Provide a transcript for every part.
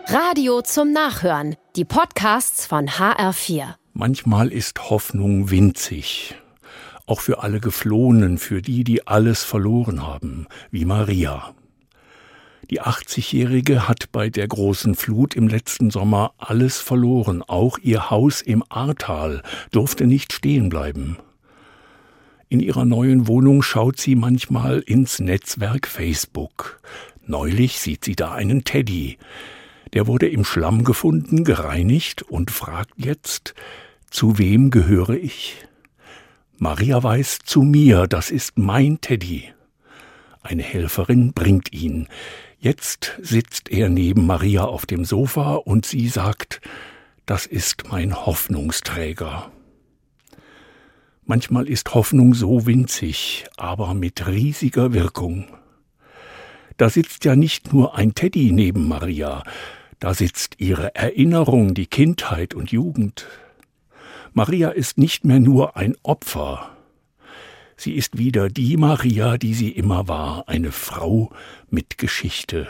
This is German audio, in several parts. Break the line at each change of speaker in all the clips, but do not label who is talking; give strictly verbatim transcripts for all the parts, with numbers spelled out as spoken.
Radio zum Nachhören. Die Podcasts von H R vier.
Manchmal ist Hoffnung winzig. Auch für alle Geflohenen, für die, die alles verloren haben, wie Maria. Die achtzigjährige hat bei der großen Flut im letzten Sommer alles verloren. Auch ihr Haus im Ahrtal durfte nicht stehen bleiben. In ihrer neuen Wohnung schaut sie manchmal ins Netzwerk Facebook. Neulich sieht sie da einen Teddy. Der wurde im Schlamm gefunden, gereinigt und fragt jetzt, zu wem gehöre ich? Maria weiß, zu mir, das ist mein Teddy. Eine Helferin bringt ihn. Jetzt sitzt er neben Maria auf dem Sofa und sie sagt, das ist mein Hoffnungsträger. Manchmal ist Hoffnung so winzig, aber mit riesiger Wirkung. Da sitzt ja nicht nur ein Teddy neben Maria, da sitzt ihre Erinnerung, die Kindheit und Jugend. Maria ist nicht mehr nur ein Opfer. Sie ist wieder die Maria, die sie immer war, eine Frau mit Geschichte.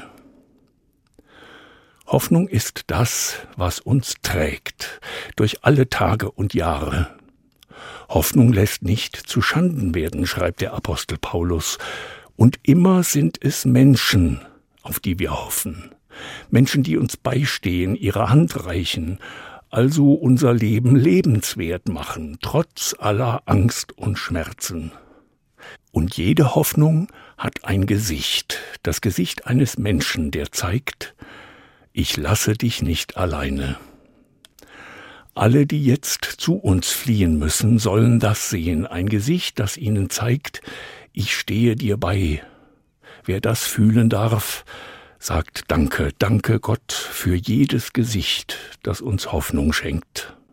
Hoffnung ist das, was uns trägt, durch alle Tage und Jahre. Hoffnung lässt nicht zu Schanden werden, schreibt der Apostel Paulus. Und immer sind es Menschen, auf die wir hoffen. Menschen, die uns beistehen, ihre Hand reichen, also unser Leben lebenswert machen, trotz aller Angst und Schmerzen. Und jede Hoffnung hat ein Gesicht, das Gesicht eines Menschen, der zeigt, ich lasse dich nicht alleine. Alle, die jetzt zu uns fliehen müssen, sollen das sehen, ein Gesicht, das ihnen zeigt, ich stehe dir bei. Wer das fühlen darf, sagt Danke, danke Gott für jedes Gesicht, das uns Hoffnung schenkt.